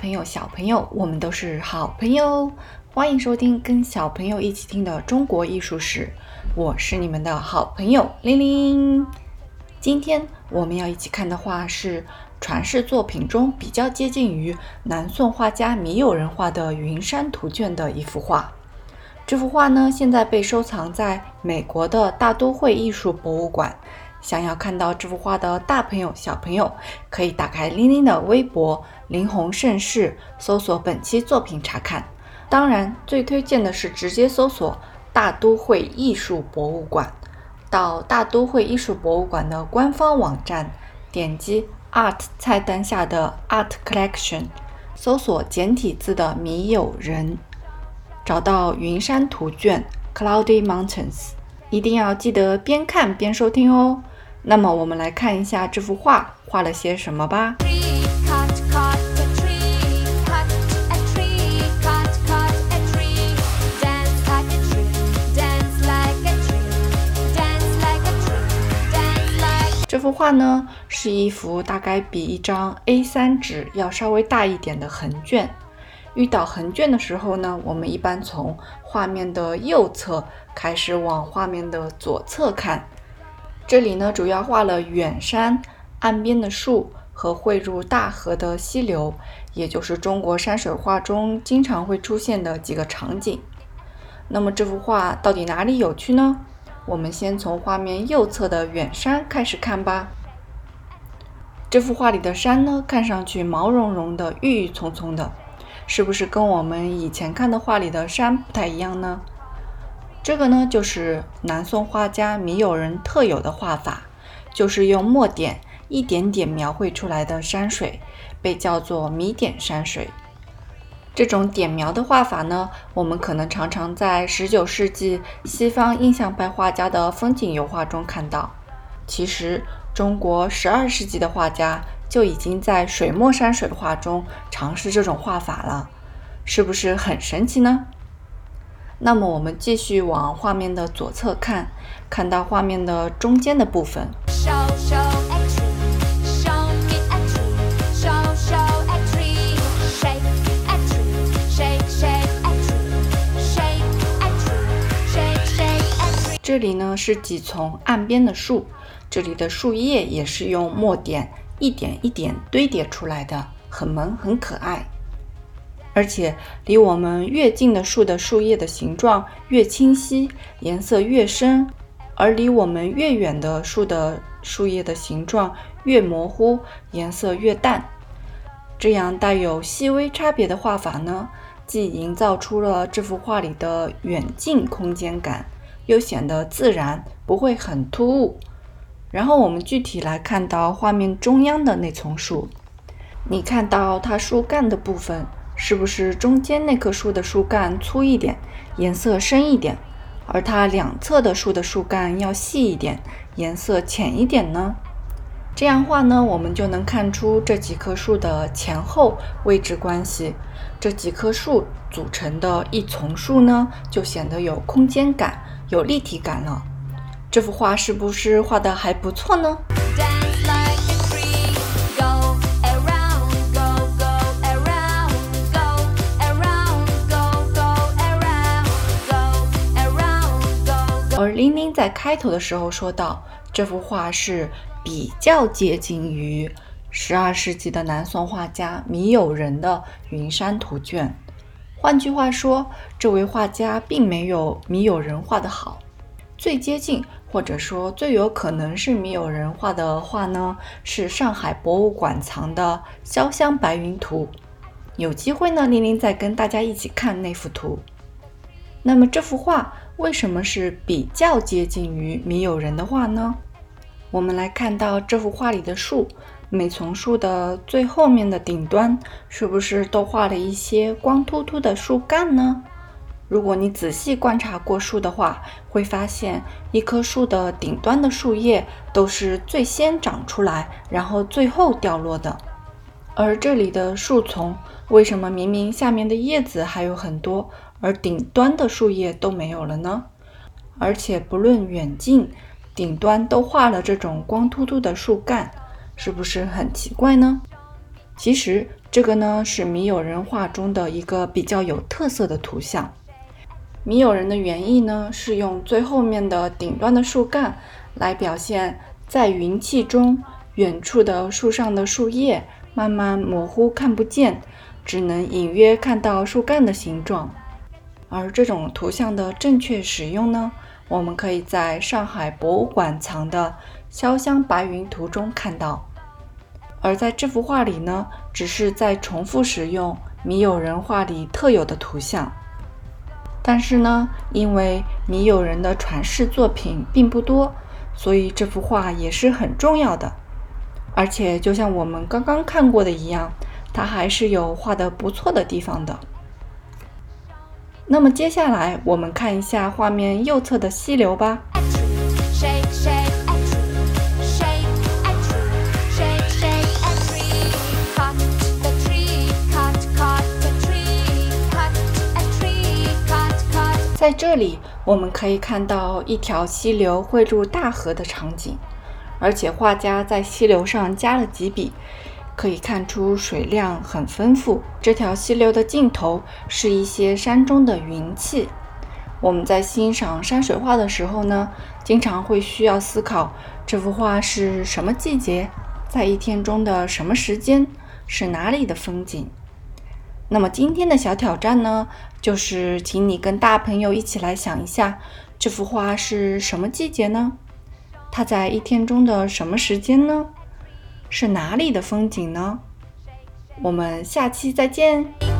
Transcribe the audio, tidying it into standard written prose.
朋友、小朋友，我们都是好朋友。欢迎收听跟小朋友一起听的中国艺术史，我是你们的好朋友玲玲。今天我们要一起看的画是传世作品中比较接近于南宋画家米友人画的《云山图卷》的一幅画。这幅画呢，现在被收藏在美国的大都会艺术博物馆。想要看到这幅画的大朋友、小朋友，可以打开玲玲的微博林红盛世，搜索本期作品查看。当然，最推荐的是直接搜索大都会艺术博物馆，到大都会艺术博物馆的官方网站，点击 Art 菜单下的 Art Collection， 搜索简体字的米友人，找到云山图卷 Cloudy Mountains， 一定要记得边看边收听哦。那么我们来看一下这幅画画了些什么吧。这幅画呢，是一幅大概比一张 A3 纸要稍微大一点的横卷。遇到横卷的时候呢，我们一般从画面的右侧开始往画面的左侧看。这里呢，主要画了远山、岸边的树和汇入大河的溪流，也就是中国山水画中经常会出现的几个场景。那么这幅画到底哪里有趣呢？我们先从画面右侧的远山开始看吧。这幅画里的山呢，看上去毛茸茸的、郁郁葱葱的，是不是跟我们以前看的画里的山不太一样呢？这个呢，就是南宋画家米友人特有的画法，就是用墨点一点点描绘出来的山水，被叫做米点山水。这种点描的画法呢，我们可能常常在19世纪西方印象派画家的风景油画中看到。其实，中国12世纪的画家就已经在水墨山水画中尝试这种画法了，是不是很神奇呢？那么我们继续往画面的左侧看，看到画面的中间的部分。这里呢是几丛岸边的树，这里的树叶也是用墨点一点一点堆叠出来的，很萌很可爱。而且离我们越近的树的树叶的形状越清晰，颜色越深，而离我们越远的树的树叶的形状越模糊，颜色越淡。这样带有细微差别的画法呢，既营造出了这幅画里的远近空间感，又显得自然，不会很突兀。然后我们具体来看到画面中央的那丛树，你看到它树干的部分，是不是中间那棵树的树干粗一点，颜色深一点，而它两侧的树的树干要细一点，颜色浅一点呢？这样画呢，我们就能看出这几棵树的前后位置关系。这几棵树组成的一丛树呢，就显得有空间感，有立体感了。这幅画是不是画得还不错呢？而玲玲在开头的时候说到，这幅画是比较接近于12世纪的南宋画家米友人的《云山图卷》。换句话说，这位画家并没有米友人画得好。最接近或者说最有可能是米友人画的画呢，是上海博物馆藏的《潇湘白云图》。有机会呢，玲玲再跟大家一起看那幅图。那么这幅画为什么是比较接近于米友人的画呢？我们来看到这幅画里的树，每丛树的最后面的顶端是不是都画了一些光秃秃的树干呢？如果你仔细观察过树的话，会发现一棵树的顶端的树叶都是最先长出来，然后最后掉落的。而这里的树丛为什么明明下面的叶子还有很多，而顶端的树叶都没有了呢？而且不论远近，顶端都画了这种光秃秃的树干，是不是很奇怪呢？其实这个呢是米友人画中的一个比较有特色的图像。米友人的原意呢是用最后面的顶端的树干来表现在云气中远处的树上的树叶慢慢模糊看不见，只能隐约看到树干的形状。而这种图像的正确使用呢，我们可以在上海博物馆藏的潇湘白云图中看到。而在这幅画里呢，只是在重复使用米友人画里特有的图像。但是呢，因为米友人的传世作品并不多，所以这幅画也是很重要的。而且就像我们刚刚看过的一样，它还是有画得不错的地方的。那么接下来我们看一下画面右侧的溪流吧。在这里我们可以看到一条溪流汇入大河的场景，而且画家在溪流上加了几笔，可以看出水量很丰富。这条溪流的尽头是一些山中的云气。我们在欣赏山水画的时候呢，经常会需要思考这幅画是什么季节，在一天中的什么时间，是哪里的风景。那么今天的小挑战呢，就是请你跟大朋友一起来想一下，这幅画是什么季节呢？它在一天中的什么时间呢？是哪里的风景呢？我们下期再见。